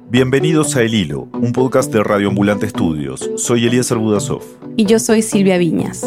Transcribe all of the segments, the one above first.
Bienvenidos a El Hilo, un podcast de Radio Ambulante Estudios. Soy Eliezer Budasov. Y yo soy Silvia Viñas.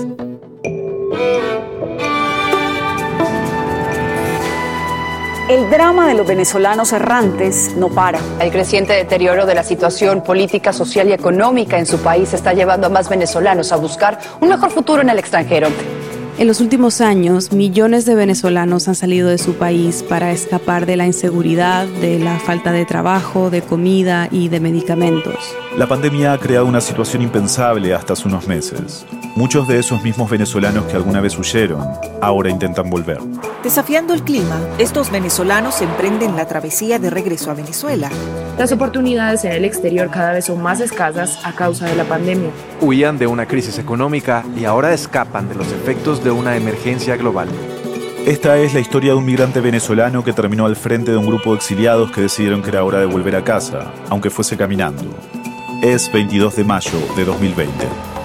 El drama de los venezolanos errantes no para. El creciente deterioro de la situación política, social y económica en su país está llevando a más venezolanos a buscar un mejor futuro en el extranjero. En los últimos años, millones de venezolanos han salido de su país para escapar de la inseguridad, de la falta de trabajo, de comida y de medicamentos. La pandemia ha creado una situación impensable hasta hace unos meses. Muchos de esos mismos venezolanos que alguna vez huyeron, ahora intentan volver. Desafiando el clima, estos venezolanos emprenden la travesía de regreso a Venezuela. Las oportunidades en el exterior cada vez son más escasas a causa de la pandemia. Huían de una crisis económica y ahora escapan de los efectos de una emergencia global. Esta es la historia de un migrante venezolano que terminó al frente de un grupo de exiliados que decidieron que era hora de volver a casa, aunque fuese caminando. Es 22 de mayo de 2020.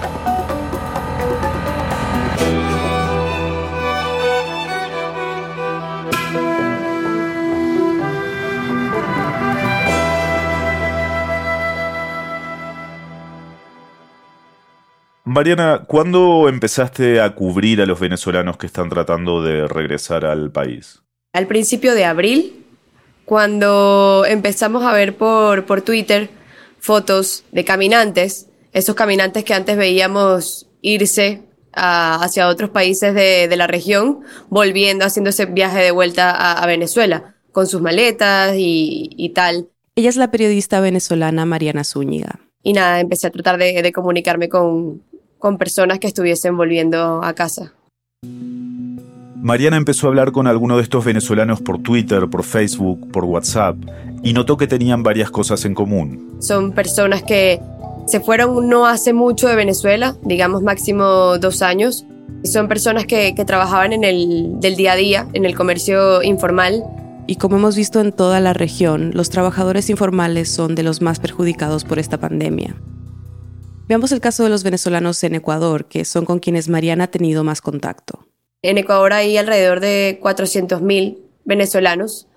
Mariana, ¿cuándo empezaste a cubrir a los venezolanos que están tratando de regresar al país? Al principio de abril, cuando empezamos a ver por Twitter fotos de caminantes, esos caminantes que antes veíamos irse hacia otros países de la región, volviendo, haciendo ese viaje de vuelta a Venezuela, con sus maletas y tal. Ella es la periodista venezolana Mariana Zúñiga. Y nada, empecé a tratar de comunicarme con personas que estuviesen volviendo a casa. Mariana empezó a hablar con algunos de estos venezolanos por Twitter, por Facebook, por WhatsApp, y notó que tenían varias cosas en común. Son personas que se fueron no hace mucho de Venezuela, digamos máximo 2 años. Son personas que trabajaban del día a día, en el comercio informal. Y como hemos visto en toda la región, los trabajadores informales son de los más perjudicados por esta pandemia. Veamos el caso de los venezolanos en Ecuador, que son con quienes Mariana ha tenido más contacto. En Ecuador hay alrededor de 400.000 venezolanos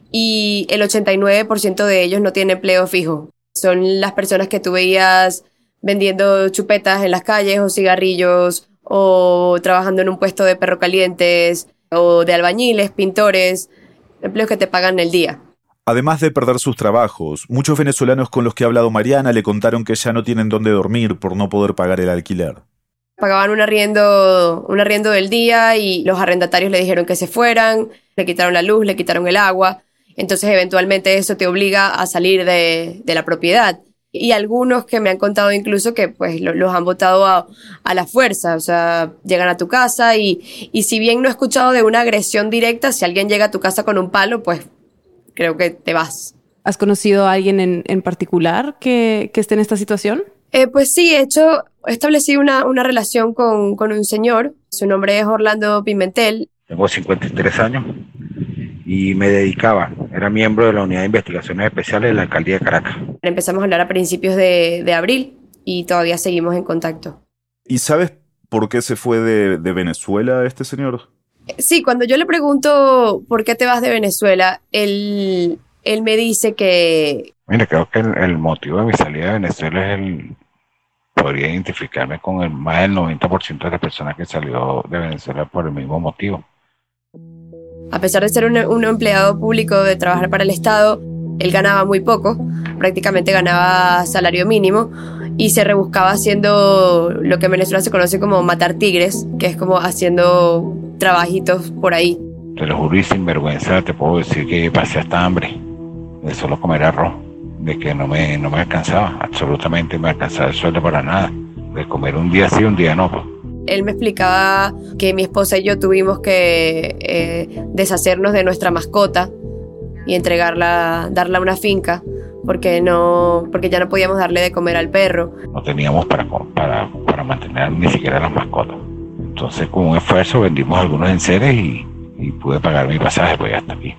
y el 89% de ellos no tiene empleo fijo. Son las personas que tú veías vendiendo chupetas en las calles o cigarrillos o trabajando en un puesto de perro calientes o de albañiles, pintores, empleos que te pagan el día. Además de perder sus trabajos, muchos venezolanos con los que ha hablado Mariana le contaron que ya no tienen dónde dormir por no poder pagar el alquiler. Pagaban un arriendo del día y los arrendatarios le dijeron que se fueran, le quitaron la luz, le quitaron el agua. Entonces eventualmente eso te obliga a salir de la propiedad. Y algunos que me han contado incluso que pues los han botado a la fuerza, o sea, llegan a tu casa y si bien no he escuchado de una agresión directa, si alguien llega a tu casa con un palo, pues creo que te vas. ¿Has conocido a alguien en particular que esté en esta situación? Pues sí, he establecido una relación con un señor. Su nombre es Orlando Pimentel. Tengo 53 años y era miembro de la Unidad de Investigaciones Especiales de la Alcaldía de Caracas. Empezamos a hablar a principios de abril y todavía seguimos en contacto. ¿Y sabes por qué se fue de Venezuela este señor? Sí, cuando yo le pregunto por qué te vas de Venezuela, él me dice que... Mira, creo que el motivo de mi salida de Venezuela podría identificarme con más del 90% de las personas que salió de Venezuela por el mismo motivo. A pesar de ser un empleado público, de trabajar para el Estado, él ganaba muy poco, prácticamente ganaba salario mínimo y se rebuscaba haciendo lo que en Venezuela se conoce como matar tigres, que es como haciendo trabajitos por ahí. Te lo juro y sin vergüenza te puedo decir que pasé hasta hambre de solo comer arroz, de que no me alcanzaba, absolutamente no me alcanzaba el sueldo para nada, de comer un día sí, un día no. Él me explicaba que mi esposa y yo tuvimos que deshacernos de nuestra mascota y darla a una finca porque ya no podíamos darle de comer al perro. No teníamos para mantener ni siquiera las mascotas. Entonces con un esfuerzo vendimos algunos enseres y pude pagar mi pasaje pues hasta aquí.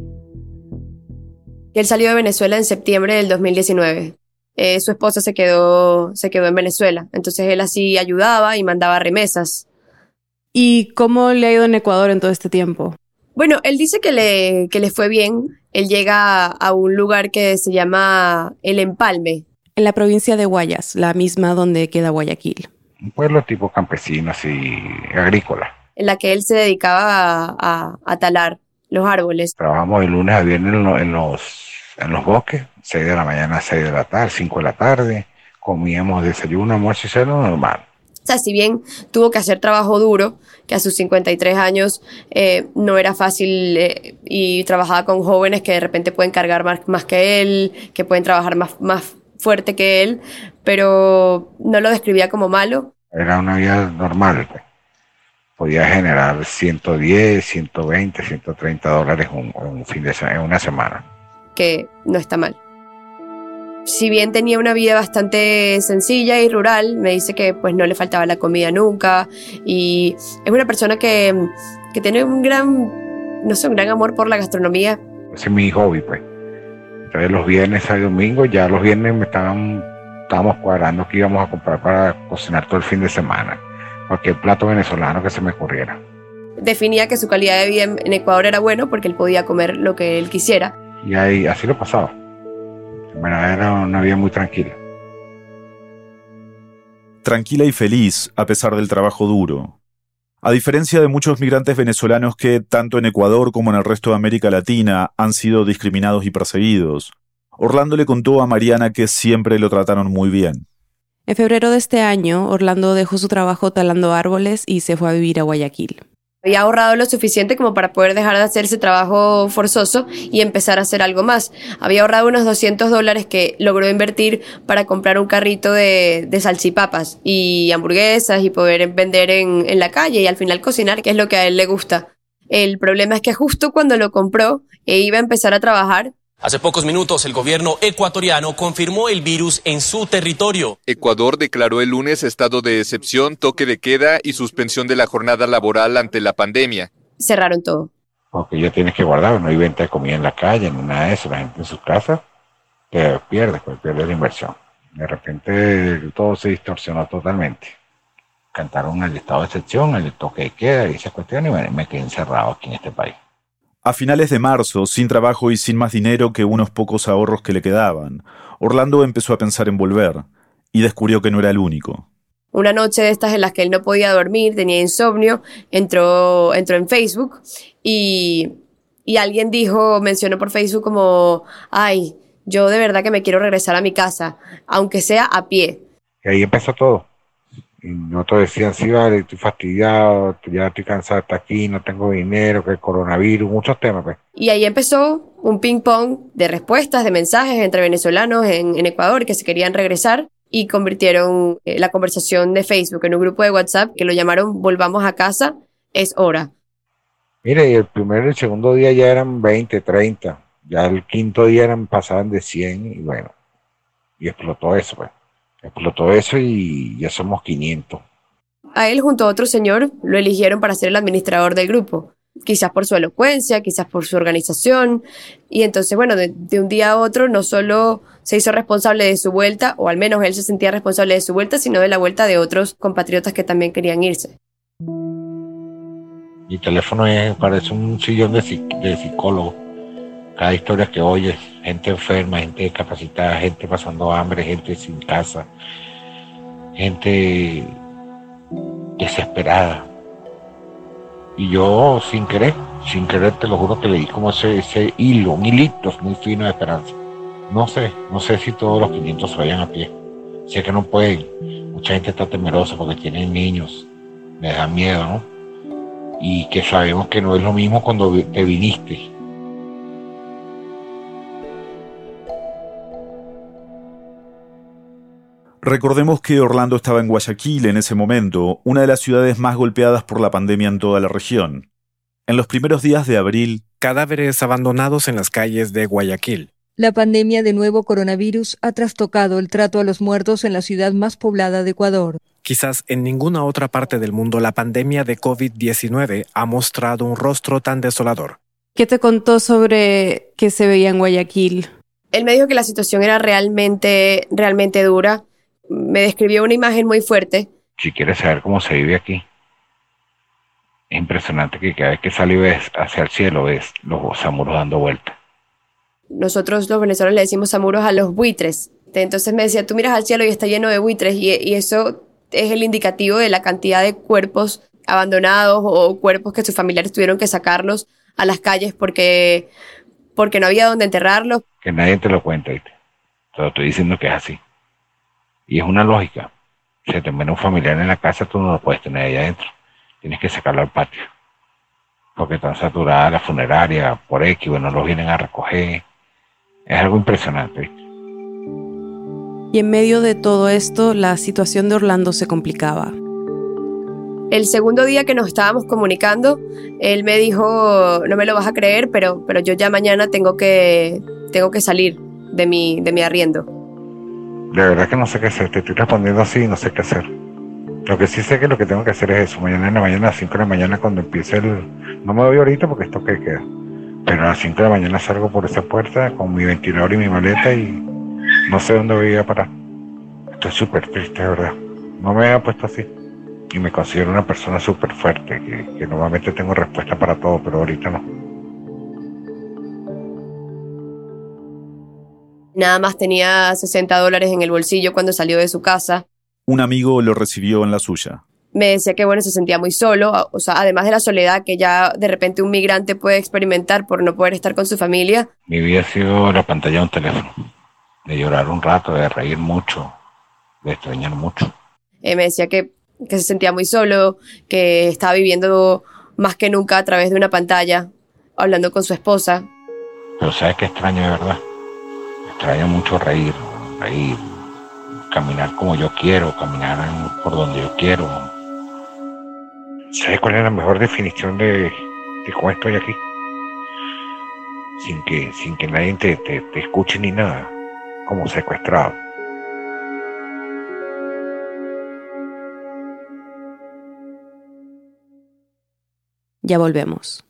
Él salió de Venezuela en septiembre del 2019. Su esposa se quedó en Venezuela. Entonces él así ayudaba y mandaba remesas. ¿Y cómo le ha ido en Ecuador en todo este tiempo? Bueno, él dice que le fue bien. Él llega a un lugar que se llama El Empalme. En la provincia de Guayas, la misma donde queda Guayaquil. Un pueblo tipo campesino, así, agrícola. En la que él se dedicaba a talar los árboles. Trabajamos de lunes a viernes en los bosques, 6 de la mañana a 6 de la tarde, 5 de la tarde. Comíamos desayuno, almuerzo y cena normal. O sea, si bien tuvo que hacer trabajo duro, que a sus 53 años no era fácil y trabajaba con jóvenes que de repente pueden cargar más que él, que pueden trabajar más fuerte que él, pero no lo describía como malo. Era una vida normal, pues. Podía generar 110, 120, 130 dólares un fin de semana, en una semana. Que no está mal. Si bien tenía una vida bastante sencilla y rural, me dice que pues no le faltaba la comida nunca y es una persona que tiene un gran amor por la gastronomía. Ese es mi hobby, pues. Entonces los viernes y domingos, ya los viernes estábamos cuadrando que íbamos a comprar para cocinar todo el fin de semana. Cualquier plato venezolano que se me ocurriera. Definía que su calidad de vida en Ecuador era bueno porque él podía comer lo que él quisiera. Y ahí, así lo pasaba. Bueno, era una vida muy tranquila. Tranquila y feliz, a pesar del trabajo duro. A diferencia de muchos migrantes venezolanos que, tanto en Ecuador como en el resto de América Latina, han sido discriminados y perseguidos, Orlando le contó a Mariana que siempre lo trataron muy bien. En febrero de este año, Orlando dejó su trabajo talando árboles y se fue a vivir a Guayaquil. Había ahorrado lo suficiente como para poder dejar de hacer ese trabajo forzoso y empezar a hacer algo más. Había ahorrado unos $200 que logró invertir para comprar un carrito de salchipapas y hamburguesas y poder vender en la calle y al final cocinar, que es lo que a él le gusta. El problema es que justo cuando lo compró e iba a empezar a trabajar, hace pocos minutos el gobierno ecuatoriano confirmó el virus en su territorio. Ecuador declaró el lunes estado de excepción, toque de queda y suspensión de la jornada laboral ante la pandemia. Cerraron todo. Porque ya tienes que guardar, no hay venta de comida en la calle, ni nada de eso. La gente en su casa pierde la inversión. De repente todo se distorsionó totalmente. Cantaron el estado de excepción, el toque de queda y esa cuestión y me quedé encerrado aquí en este país. A finales de marzo, sin trabajo y sin más dinero que unos pocos ahorros que le quedaban, Orlando empezó a pensar en volver y descubrió que no era el único. Una noche de estas en las que él no podía dormir, tenía insomnio, entró en Facebook y alguien mencionó por Facebook como, ay, yo de verdad que me quiero regresar a mi casa, aunque sea a pie. Y ahí empezó todo. Y nosotros decían, sí, vale, estoy fastidiado, ya estoy cansado de estar aquí, no tengo dinero, que el coronavirus, muchos temas, pues. Y ahí empezó un ping-pong de respuestas, de mensajes entre venezolanos en Ecuador que se querían regresar y convirtieron la conversación de Facebook en un grupo de WhatsApp que lo llamaron Volvamos a casa, es hora. Mire, y el primero y el segundo día ya eran 20, 30, ya el quinto día pasaban de 100 y bueno, y explotó eso, pues. Explotó eso y ya somos 500. A él junto a otro señor lo eligieron para ser el administrador del grupo. Quizás por su elocuencia, quizás por su organización. Y entonces, bueno, de un día a otro no solo se hizo responsable de su vuelta, o al menos él se sentía responsable de su vuelta, sino de la vuelta de otros compatriotas que también querían irse. Mi teléfono parece un sillón de psicólogo. Cada historia que oyes, gente enferma, gente discapacitada, gente pasando hambre, gente sin casa, gente desesperada. Y yo sin querer te lo juro que leí como ese hilo, un hilito muy fino de esperanza. No sé si todos los 500 se vayan a pie. Sé que no pueden. Mucha gente está temerosa porque tienen niños. Me da miedo, ¿no? Y que sabemos que no es lo mismo cuando te viniste. Recordemos que Orlando estaba en Guayaquil en ese momento, una de las ciudades más golpeadas por la pandemia en toda la región. En los primeros días de abril, cadáveres abandonados en las calles de Guayaquil. La pandemia de nuevo coronavirus ha trastocado el trato a los muertos en la ciudad más poblada de Ecuador. Quizás en ninguna otra parte del mundo la pandemia de COVID-19 ha mostrado un rostro tan desolador. ¿Qué te contó sobre qué se veía en Guayaquil? Él me dijo que la situación era realmente dura. Me describió una imagen muy fuerte. Si quieres saber cómo se vive aquí, Es impresionante que cada vez que sale y ves hacia el cielo, ves los zamuros dando vueltas. Nosotros los venezolanos le decimos zamuros a los buitres. Entonces me decía, tú miras al cielo y está lleno de buitres, y eso es el indicativo de la cantidad de cuerpos abandonados o cuerpos que sus familiares tuvieron que sacarlos a las calles porque no había dónde enterrarlos. Que nadie te lo cuenta, ¿viste? Te lo estoy diciendo que es así. Y es una lógica. Si te muere un familiar en la casa, tú no lo puedes tener ahí adentro. Tienes que sacarlo al patio. Porque están saturadas la funeraria por X, bueno, los vienen a recoger. Es algo impresionante, ¿viste? Y en medio de todo esto, la situación de Orlando se complicaba. El segundo día que nos estábamos comunicando, él me dijo, no me lo vas a creer, pero yo ya mañana tengo que salir de mi arriendo. De verdad que no sé qué hacer, te estoy respondiendo así y no sé qué hacer. Lo que sí sé que lo que tengo que hacer es eso, mañana en la mañana a las 5 de la mañana cuando empiece no me voy ahorita porque esto que queda, pero a las 5 de la mañana salgo por esa puerta con mi ventilador y mi maleta y no sé dónde voy a parar. Estoy súper triste, de verdad. No me había puesto así. Y me considero una persona súper fuerte, que normalmente tengo respuesta para todo, pero ahorita no. Nada más tenía $60 en el bolsillo cuando salió de su casa. Un amigo lo recibió en la suya. Me decía que bueno, se sentía muy solo, o sea, además de la soledad que ya de repente un migrante puede experimentar por no poder estar con su familia. Mi vida ha sido la pantalla de un teléfono, de llorar un rato, de reír mucho, de extrañar mucho. Me decía que se sentía muy solo, que estaba viviendo más que nunca a través de una pantalla, hablando con su esposa. Pero ¿sabes qué extraño de verdad? Extraño mucho reír, caminar como yo quiero, caminar por donde yo quiero. ¿Sabes cuál es la mejor definición de cómo estoy aquí? Sin que nadie te escuche ni nada, como secuestrado. Ya volvemos.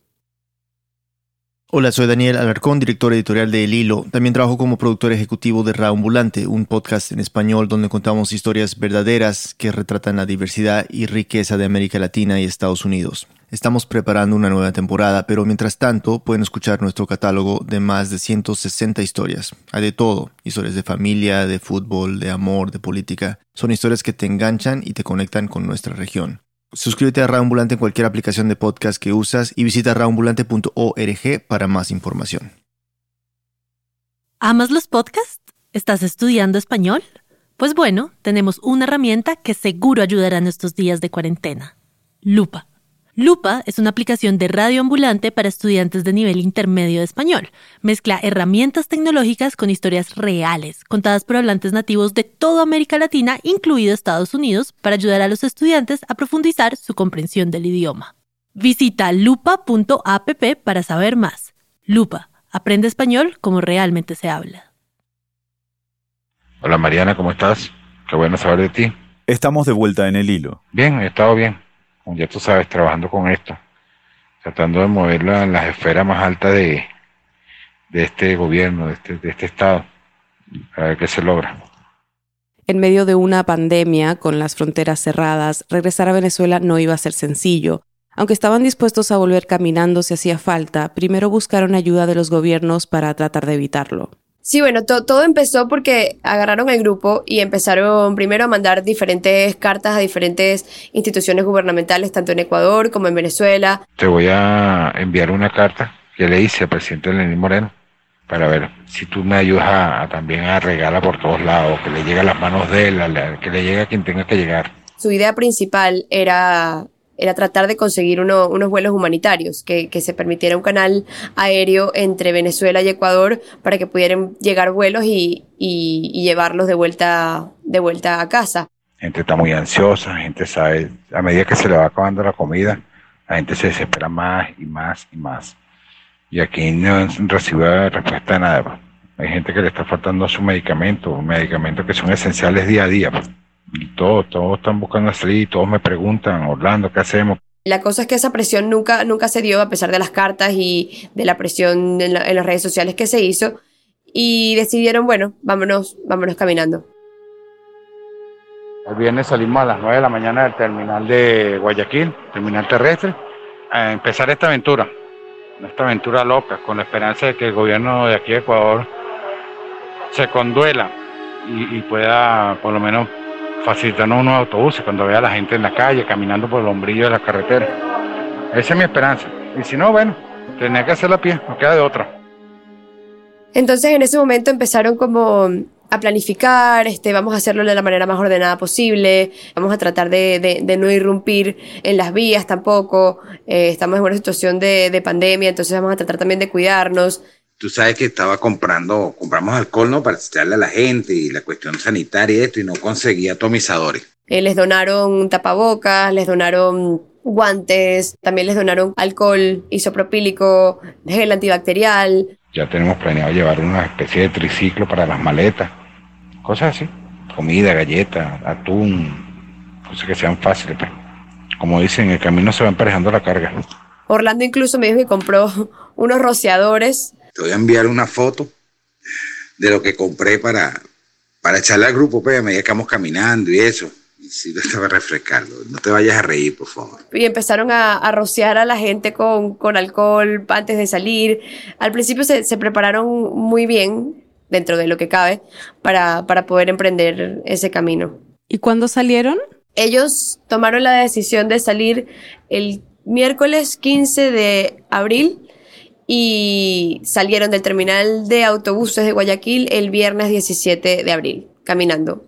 Hola, soy Daniel Alarcón, director editorial de El Hilo. También trabajo como productor ejecutivo de Raambulante, un podcast en español donde contamos historias verdaderas que retratan la diversidad y riqueza de América Latina y Estados Unidos. Estamos preparando una nueva temporada, pero mientras tanto pueden escuchar nuestro catálogo de más de 160 historias. Hay de todo, historias de familia, de fútbol, de amor, de política. Son historias que te enganchan y te conectan con nuestra región. Suscríbete a Raambulante en cualquier aplicación de podcast que usas y visita raambulante.org para más información. ¿Amas los podcasts? ¿Estás estudiando español? Pues bueno, tenemos una herramienta que seguro ayudará en estos días de cuarentena. Lupa. Lupa es una aplicación de radio ambulante para estudiantes de nivel intermedio de español. Mezcla herramientas tecnológicas con historias reales, contadas por hablantes nativos de toda América Latina, incluido Estados Unidos, para ayudar a los estudiantes a profundizar su comprensión del idioma. Visita lupa.app para saber más. Lupa, aprende español como realmente se habla. Hola Mariana, ¿cómo estás? Qué bueno saber de ti. Estamos de vuelta en El Hilo. Bien, he estado bien. Como ya tú sabes, trabajando con esto, tratando de moverla en las esferas más altas de este gobierno, de este estado, a ver qué se logra. En medio de una pandemia, con las fronteras cerradas, regresar a Venezuela no iba a ser sencillo. Aunque estaban dispuestos a volver caminando si hacía falta, primero buscaron ayuda de los gobiernos para tratar de evitarlo. Sí, bueno, todo empezó porque agarraron el grupo y empezaron primero a mandar diferentes cartas a diferentes instituciones gubernamentales, tanto en Ecuador como en Venezuela. Te voy a enviar una carta que le hice al presidente Lenín Moreno para ver si tú me ayudas también a regarla por todos lados, que le llegue a las manos de él, que le llegue a quien tenga que llegar. Su idea principal era tratar de conseguir unos vuelos humanitarios, que se permitiera un canal aéreo entre Venezuela y Ecuador para que pudieran llegar vuelos y llevarlos de vuelta a casa. La gente está muy ansiosa, la gente sabe, a medida que se le va acabando la comida, la gente se desespera más y más y más. Y aquí no recibe respuesta de nada. Hay gente que le está faltando su medicamentos que son esenciales día a día. Y todos están buscando salir, todos me preguntan, Orlando, ¿qué hacemos? La cosa es que esa presión nunca se dio, a pesar de las cartas y de la presión en las redes sociales que se hizo, y decidieron, bueno, vámonos caminando. El viernes salimos a las 9 de la mañana del terminal de Guayaquil, terminal terrestre, a empezar esta aventura loca, con la esperanza de que el gobierno de aquí de Ecuador se conduela y pueda por lo menos facilitarnos unos autobuses cuando vea a la gente en la calle caminando por el hombrillo de la carretera. Esa es mi esperanza. Y si no, bueno, tenía que hacerla a pie, no queda de otra. Entonces en ese momento empezaron como a planificar, vamos a hacerlo de la manera más ordenada posible, vamos a tratar de no irrumpir en las vías tampoco, estamos en una situación de pandemia, entonces vamos a tratar también de cuidarnos. Tú sabes que compramos alcohol, ¿no? Para echarle a la gente y la cuestión sanitaria y esto, y no conseguía atomizadores. Les donaron tapabocas, les donaron guantes, también les donaron alcohol isopropílico, gel antibacterial. Ya tenemos planeado llevar una especie de triciclo para las maletas, cosas así, comida, galletas, atún, cosas que sean fáciles. Pues. Como dicen, en el camino se va emparejando la carga. Orlando incluso me dijo que compró unos rociadores. Te voy a enviar una foto de lo que compré para echarle al grupo, pues, a medida que vamos caminando y eso. Y sí, te voy a refrescar, no te vayas a reír, por favor. Y empezaron a rociar a la gente con alcohol antes de salir. Al principio se prepararon muy bien, dentro de lo que cabe, para poder emprender ese camino. ¿Y cuándo salieron? Ellos tomaron la decisión de salir el miércoles 15 de abril y salieron del terminal de autobuses de Guayaquil el viernes 17 de abril, caminando.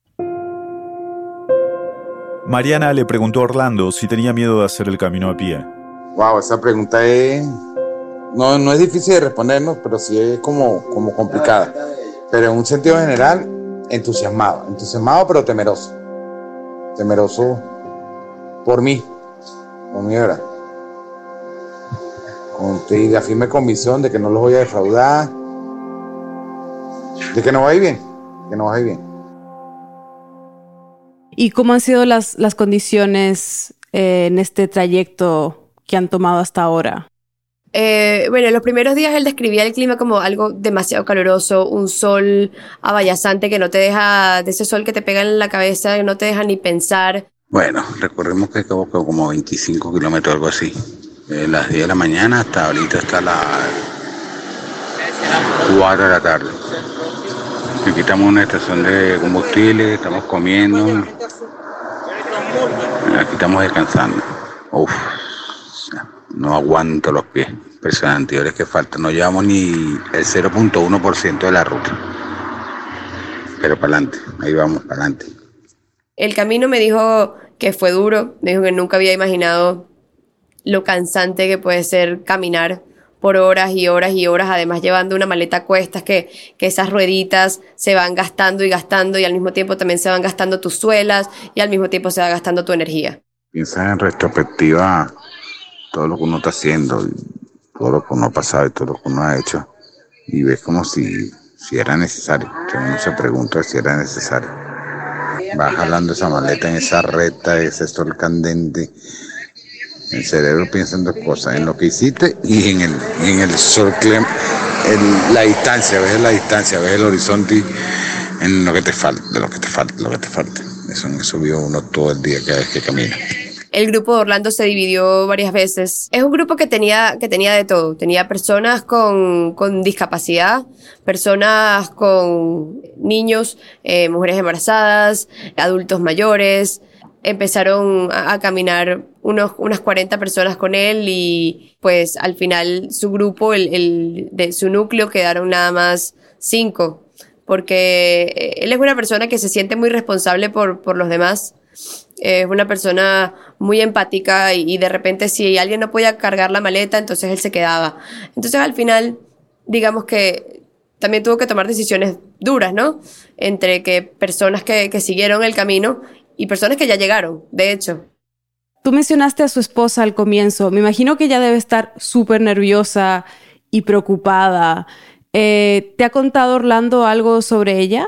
Mariana le preguntó a Orlando si tenía miedo de hacer el camino a pie. Wow, esa pregunta no es difícil de respondernos, pero sí es como complicada. Pero en un sentido general, entusiasmado pero temeroso. Temeroso por mí, ¿verdad? Con la firme convicción de que no los voy a defraudar, de que nos va a ir bien, ¿Y cómo han sido las condiciones en este trayecto que han tomado hasta ahora? Bueno, los primeros días él describía el clima como algo demasiado caluroso, un sol abayazante que no te deja, de ese sol que te pega en la cabeza, que no te deja ni pensar. Bueno, recorrimos que como 25 kilómetros, algo así. Las 10 de la mañana hasta ahorita, hasta las 4 de la tarde. Aquí estamos en una estación de combustible, estamos comiendo. Aquí estamos descansando. Uf, no aguanto los pies. Impresionante. Y ahora es que falta, no llevamos ni el 0.1% de la ruta. Pero para adelante, ahí vamos, para adelante. El camino me dijo que fue duro, me dijo que nunca había imaginado lo cansante que puede ser caminar por horas y horas y horas, además llevando una maleta a cuestas, que esas rueditas se van gastando y al mismo tiempo también se van gastando tus suelas y al mismo tiempo se va gastando tu energía. Piensas en retrospectiva todo lo que uno está haciendo, todo lo que uno ha pasado y todo lo que uno ha hecho, y ves como si era necesario, que uno se pregunta si era necesario. Vas jalando esa maleta en esa recta, ese sol candente. El cerebro piensa en dos cosas, en lo que hiciste y en el sol, en la distancia, ves el horizonte, en lo que te falta, lo que te falta. Eso vio uno todo el día cada vez que camina. El grupo de Orlando se dividió varias veces. Es un grupo que tenía de todo. Tenía personas con discapacidad, personas con niños, mujeres embarazadas, adultos mayores. Empezaron a caminar unas 40 personas con él y pues al final su grupo, de su núcleo, quedaron nada más 5, porque él es una persona que se siente muy responsable por los demás. Es una persona muy empática y de repente si alguien no podía cargar la maleta, entonces él se quedaba. Entonces al final, digamos que también tuvo que tomar decisiones duras, ¿no? Entre que personas que siguieron el camino y personas que ya llegaron, de hecho. Tú mencionaste a su esposa al comienzo. Me imagino que ella debe estar súper nerviosa y preocupada. ¿Te ha contado Orlando algo sobre ella?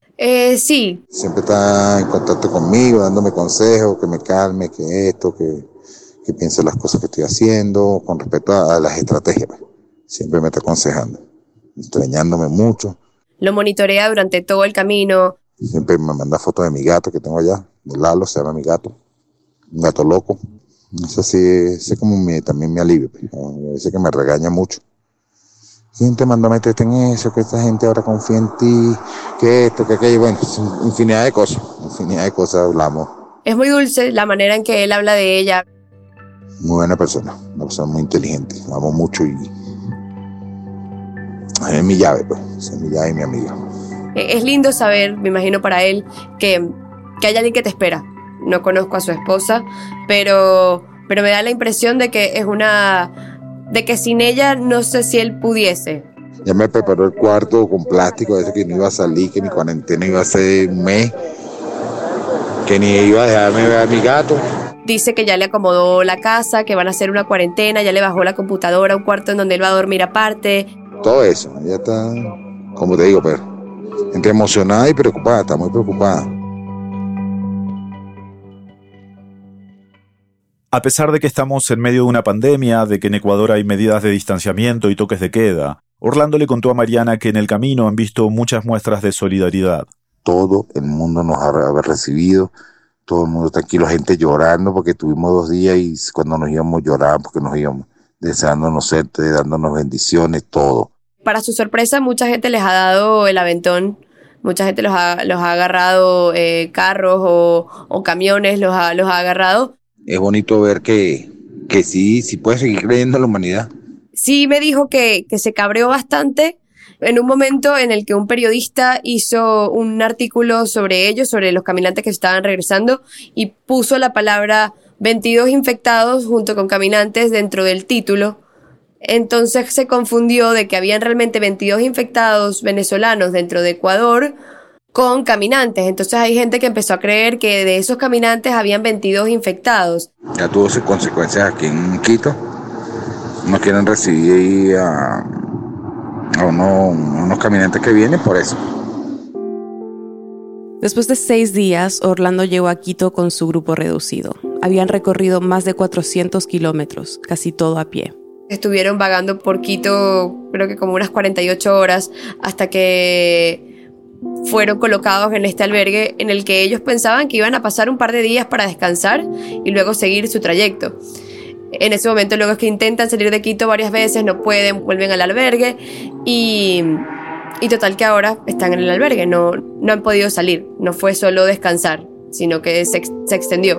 Sí. Siempre está en contacto conmigo, dándome consejos, que me calme, que esto, que piense las cosas que estoy haciendo, con respecto a las estrategias. Siempre me está aconsejando, extrañándome mucho. Lo monitorea durante todo el camino. Siempre me manda fotos de mi gato que tengo allá, de Lalo, se llama mi gato. Un gato loco, Eso sí, ese como también me alivia. A veces que me regaña mucho. ¿Quién te mandó a meterte en eso? Que esta gente ahora confía en ti, que esto, que aquello. Bueno, infinidad de cosas hablamos. Es muy dulce la manera en que él habla de ella. Muy buena persona, una persona muy inteligente. La amo mucho y es mi llave, pues. Es mi llave y mi amiga. Es lindo saber, me imagino para él, que hay alguien que te espera. No conozco a su esposa, pero me da la impresión de que de que sin ella no sé si él pudiese. Ya me preparó el cuarto con plástico, ese que no iba a salir, que mi cuarentena iba a ser un mes, que ni iba a dejarme ver a mi gato. Dice que ya le acomodó la casa, que van a hacer una cuarentena, ya le bajó la computadora a un cuarto en donde él va a dormir aparte. Todo eso, ella está, como te digo, pero entre emocionada y preocupada, está muy preocupada. A pesar de que estamos en medio de una pandemia, de que en Ecuador hay medidas de distanciamiento y toques de queda, Orlando le contó a Mariana que en el camino han visto muchas muestras de solidaridad. Todo el mundo nos ha recibido, todo el mundo tranquilo, gente llorando porque tuvimos 2 días y cuando nos íbamos lloraban porque nos íbamos deseándonos suerte, dándonos bendiciones, todo. Para su sorpresa, mucha gente les ha dado el aventón, mucha gente los ha agarrado, carros o camiones los ha agarrado. Es bonito ver que sí puede seguir creyendo en la humanidad. Sí me dijo que se cabreó bastante en un momento en el que un periodista hizo un artículo sobre ellos, sobre los caminantes que estaban regresando, y puso la palabra 22 infectados junto con caminantes dentro del título. Entonces se confundió de que habían realmente 22 infectados venezolanos dentro de Ecuador con caminantes. Entonces hay gente que empezó a creer que de esos caminantes habían 22 infectados. Ya tuvo sus consecuencias aquí en Quito. No quieren recibir a unos caminantes que vienen por eso. Después de 6 días, Orlando llegó a Quito con su grupo reducido. Habían recorrido más de 400 kilómetros, casi todo a pie. Estuvieron vagando por Quito, creo que como unas 48 horas, hasta que fueron colocados en este albergue en el que ellos pensaban que iban a pasar un par de días para descansar y luego seguir su trayecto. En ese momento, luego es que intentan salir de Quito varias veces, no pueden, vuelven al albergue y total que ahora están en el albergue, no han podido salir. No fue solo descansar, sino que se extendió.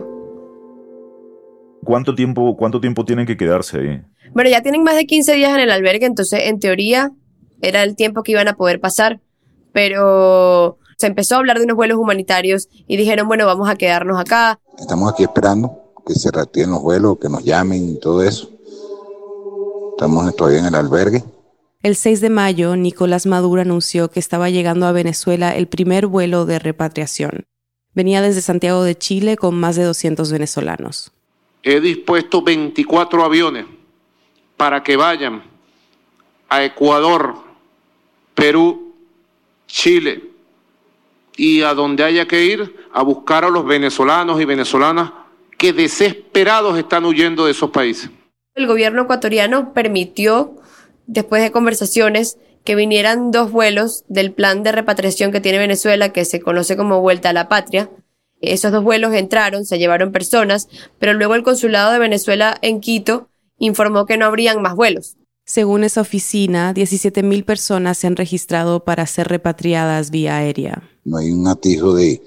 ¿Cuánto tiempo tienen que quedarse ahí? Bueno, ya tienen más de 15 días en el albergue, entonces en teoría era el tiempo que iban a poder pasar, pero se empezó a hablar de unos vuelos humanitarios y dijeron, bueno, vamos a quedarnos acá. Estamos aquí esperando que se reactiven los vuelos, que nos llamen y todo eso. Estamos todavía en el albergue. El 6 de mayo, Nicolás Maduro anunció que estaba llegando a Venezuela el primer vuelo de repatriación. Venía desde Santiago de Chile con más de 200 venezolanos. He dispuesto 24 aviones para que vayan a Ecuador, Perú, Chile y a donde haya que ir a buscar a los venezolanos y venezolanas que desesperados están huyendo de esos países. El gobierno ecuatoriano permitió, después de conversaciones, que vinieran 2 vuelos del plan de repatriación que tiene Venezuela, que se conoce como Vuelta a la Patria. Esos 2 vuelos entraron, se llevaron personas, pero luego el consulado de Venezuela en Quito informó que no habrían más vuelos. Según esa oficina, 17,000 personas se han registrado para ser repatriadas vía aérea. No hay un atisbo de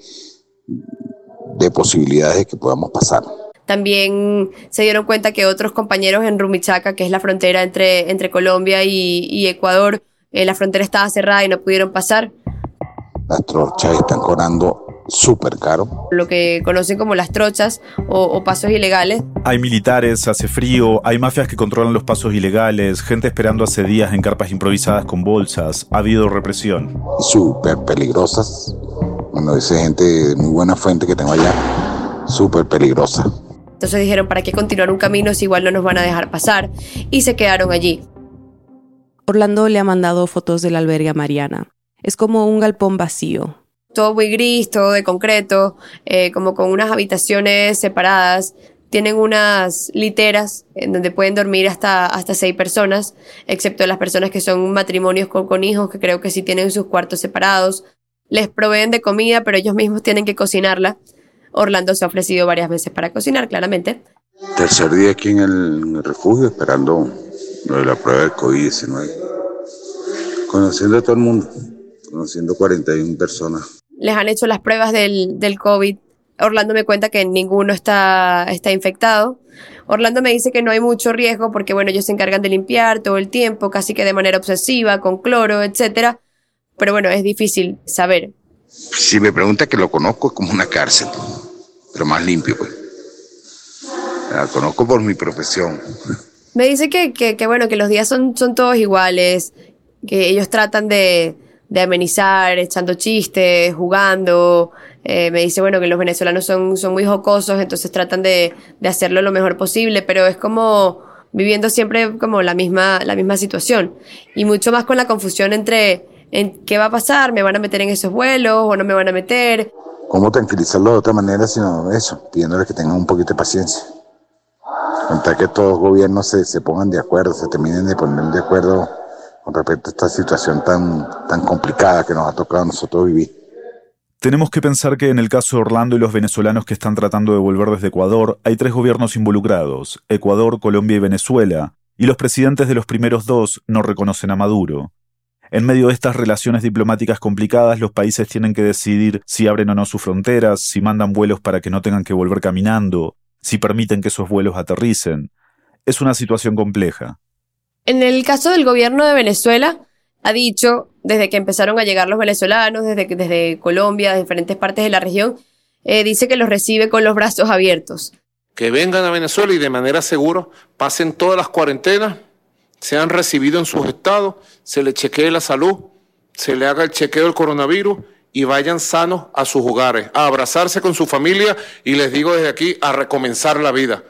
posibilidades de que podamos pasar. También se dieron cuenta que otros compañeros en Rumichaca, que es la frontera entre Colombia y Ecuador, la frontera estaba cerrada y no pudieron pasar. Las trochas están cobrando súper caro. Lo que conocen como las trochas o pasos ilegales. Hay militares, hace frío, hay mafias que controlan los pasos ilegales, gente esperando hace días en carpas improvisadas con bolsas, ha habido represión. Súper peligrosas. Bueno, dice gente de muy buena fuente que tengo allá, súper peligrosa. Entonces dijeron, ¿para qué continuar un camino si igual no nos van a dejar pasar? Y se quedaron allí. Orlando le ha mandado fotos del albergue a Mariana. Es como un galpón vacío. Todo muy gris, todo de concreto, como con unas habitaciones separadas. Tienen unas literas en donde pueden dormir hasta 6 personas, excepto las personas que son matrimonios con hijos, que creo que sí tienen sus cuartos separados. Les proveen de comida, pero ellos mismos tienen que cocinarla. Orlando se ha ofrecido varias veces para cocinar, claramente. Tercer día aquí en el refugio, esperando lo de la prueba del COVID-19. Conociendo a todo el mundo, conociendo 41 personas. Les han hecho las pruebas del COVID. Orlando me cuenta que ninguno está infectado. Orlando me dice que no hay mucho riesgo porque, bueno, ellos se encargan de limpiar todo el tiempo, casi que de manera obsesiva, con cloro, etcétera. Pero bueno, es difícil saber. Si me pregunta que lo conozco, es como una cárcel, pero más limpio, pues. La conozco por mi profesión. Me dice que bueno, que los días son todos iguales, que ellos tratan de amenizar, echando chistes, jugando. Me dice, bueno, que los venezolanos son muy jocosos, entonces tratan de hacerlo lo mejor posible, pero es como viviendo siempre como la misma situación. Y mucho más con la confusión entre qué va a pasar, me van a meter en esos vuelos o no me van a meter. ¿Cómo tranquilizarlo de otra manera sino eso? Pidiéndoles que tengan un poquito de paciencia. Contar que todos los gobiernos se pongan de acuerdo, se terminen de poner de acuerdo con respecto a esta situación tan complicada que nos ha tocado a nosotros vivir. Tenemos que pensar que en el caso de Orlando y los venezolanos que están tratando de volver desde Ecuador, hay 3 gobiernos involucrados, Ecuador, Colombia y Venezuela, y los presidentes de los primeros 2 no reconocen a Maduro. En medio de estas relaciones diplomáticas complicadas, los países tienen que decidir si abren o no sus fronteras, si mandan vuelos para que no tengan que volver caminando, si permiten que esos vuelos aterricen. Es una situación compleja. En el caso del gobierno de Venezuela, ha dicho, desde que empezaron a llegar los venezolanos, desde Colombia, de diferentes partes de la región, dice que los recibe con los brazos abiertos. Que vengan a Venezuela y de manera segura pasen todas las cuarentenas, sean recibidos en sus estados, se les chequee la salud, se le haga el chequeo del coronavirus y vayan sanos a sus hogares, a abrazarse con su familia y les digo desde aquí, a recomenzar la vida,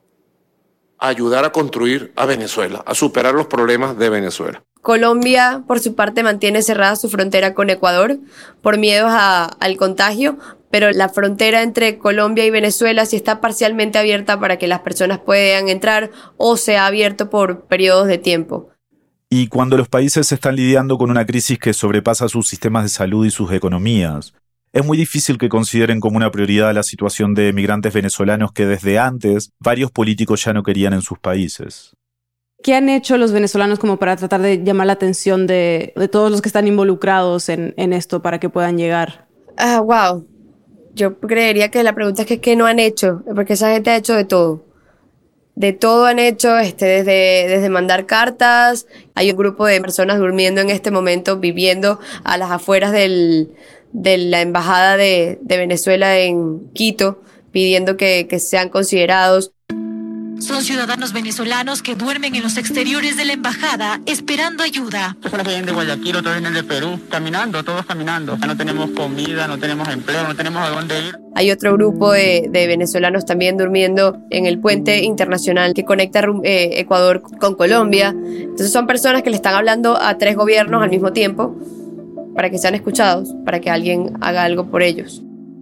a ayudar a construir a Venezuela, a superar los problemas de Venezuela. Colombia, por su parte, mantiene cerrada su frontera con Ecuador por miedos al contagio, pero la frontera entre Colombia y Venezuela sí está parcialmente abierta para que las personas puedan entrar o se ha abierto por periodos de tiempo. Y cuando los países están lidiando con una crisis que sobrepasa sus sistemas de salud y sus economías, es muy difícil que consideren como una prioridad la situación de migrantes venezolanos que desde antes varios políticos ya no querían en sus países. ¿Qué han hecho los venezolanos como para tratar de llamar la atención de todos los que están involucrados en esto para que puedan llegar? Wow. Yo creería que la pregunta es que ¿qué no han hecho? Porque esa gente ha hecho de todo. De todo han hecho, desde mandar cartas. Hay un grupo de personas durmiendo en este momento, viviendo a las afueras de la embajada de Venezuela en Quito, pidiendo que sean considerados. Son ciudadanos venezolanos que duermen en los exteriores de la embajada esperando ayuda. Personas que vienen de Guayaquil, otros vienen de Perú, caminando, todos caminando. No tenemos comida, no tenemos empleo, no tenemos a dónde ir. Hay otro grupo de venezolanos también durmiendo en el puente internacional que conecta Ecuador con Colombia. Entonces son personas que le están hablando a 3 gobiernos al mismo tiempo para que sean escuchados, para que alguien haga algo por ellos.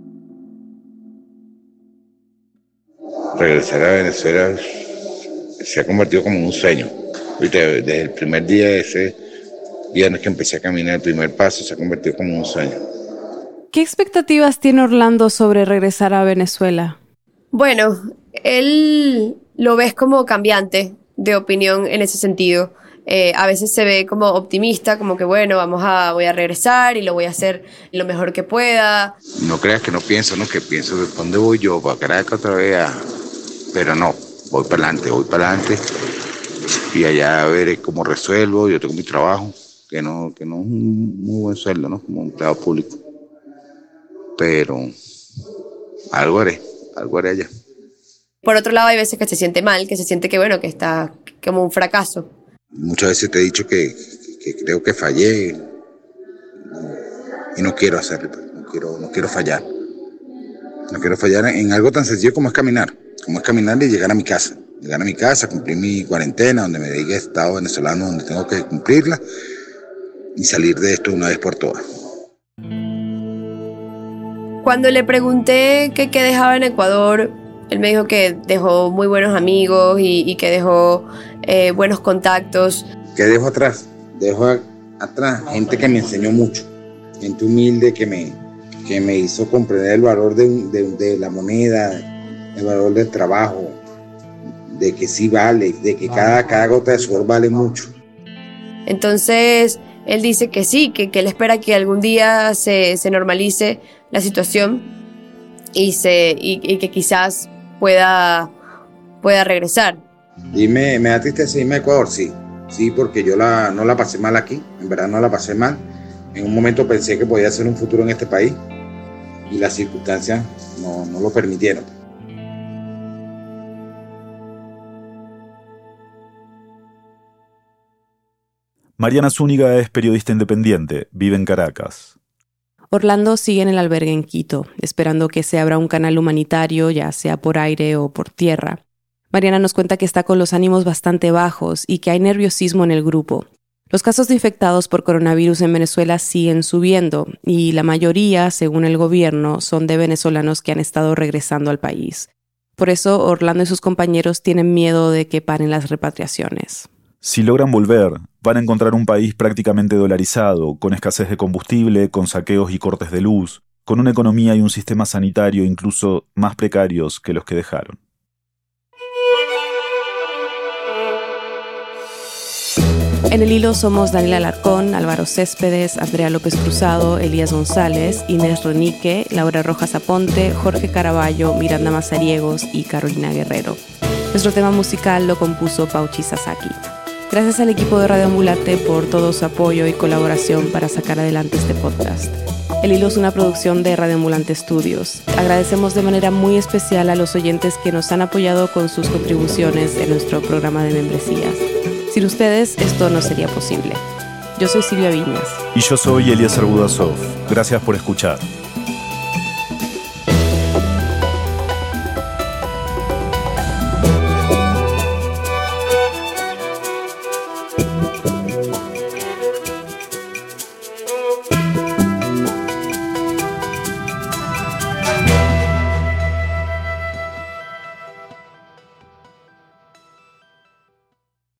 Regresar a Venezuela se ha convertido como en un sueño. Desde el primer día de ese viernes que empecé a caminar, el primer paso se ha convertido como en un sueño. ¿Qué expectativas tiene Orlando sobre regresar a Venezuela? Bueno, él lo ves como cambiante de opinión en ese sentido. A veces se ve como optimista, como que bueno, voy a regresar y lo voy a hacer lo mejor que pueda. No creas que no pienso, que pienso de dónde voy yo, para Caracas otra vez. Pero no, voy para adelante y allá a ver cómo resuelvo. Yo tengo mi trabajo, que no es un muy buen sueldo, ¿no? Como empleado público. Pero algo haré allá. Por otro lado, hay veces que se siente mal, que se siente que bueno, que está como un fracaso. Muchas veces te he dicho que creo que fallé y no quiero hacerlo, no quiero fallar. No quiero fallar en algo tan sencillo como es caminar y llegar a mi casa, cumplir mi cuarentena, donde me dedique a Estado venezolano, donde tengo que cumplirla y salir de esto una vez por todas. Cuando le pregunté qué dejaba en Ecuador, él me dijo que dejó muy buenos amigos y que dejó buenos contactos. ¿Qué dejo atrás? Dejo atrás gente que me enseñó mucho, gente humilde que me hizo comprender el valor de la moneda, el valor del trabajo, que sí vale, de que cada gota de sudor vale mucho. Entonces, él dice que sí, que él espera que algún día se normalice la situación y que quizás pueda regresar. ¿Me da tristeza irme a Ecuador? Sí, porque yo no la pasé mal aquí, en verdad no la pasé mal. En un momento pensé que podía hacer un futuro en este país y las circunstancias no lo permitieron. Mariana Zúñiga es periodista independiente, vive en Caracas. Orlando sigue en el albergue en Quito, esperando que se abra un canal humanitario, ya sea por aire o por tierra. Mariana nos cuenta que está con los ánimos bastante bajos y que hay nerviosismo en el grupo. Los casos de infectados por coronavirus en Venezuela siguen subiendo y la mayoría, según el gobierno, son de venezolanos que han estado regresando al país. Por eso, Orlando y sus compañeros tienen miedo de que paren las repatriaciones. Si logran volver, van a encontrar un país prácticamente dolarizado, con escasez de combustible, con saqueos y cortes de luz, con una economía y un sistema sanitario incluso más precarios que los que dejaron. En el hilo somos Daniel Alarcón, Álvaro Céspedes, Andrea López Cruzado, Elías González, Inés Renique, Laura Rojas Aponte, Jorge Caraballo, Miranda Mazariegos y Carolina Guerrero. Nuestro tema musical lo compuso Pauchi Sasaki. Gracias al equipo de Radio Ambulante por todo su apoyo y colaboración para sacar adelante este podcast. El Hilo es una producción de Radio Ambulante Studios. Agradecemos de manera muy especial a los oyentes que nos han apoyado con sus contribuciones en nuestro programa de membresías. Sin ustedes, esto no sería posible. Yo soy Silvia Viñas. Y yo soy Elías Budasov. Gracias por escuchar.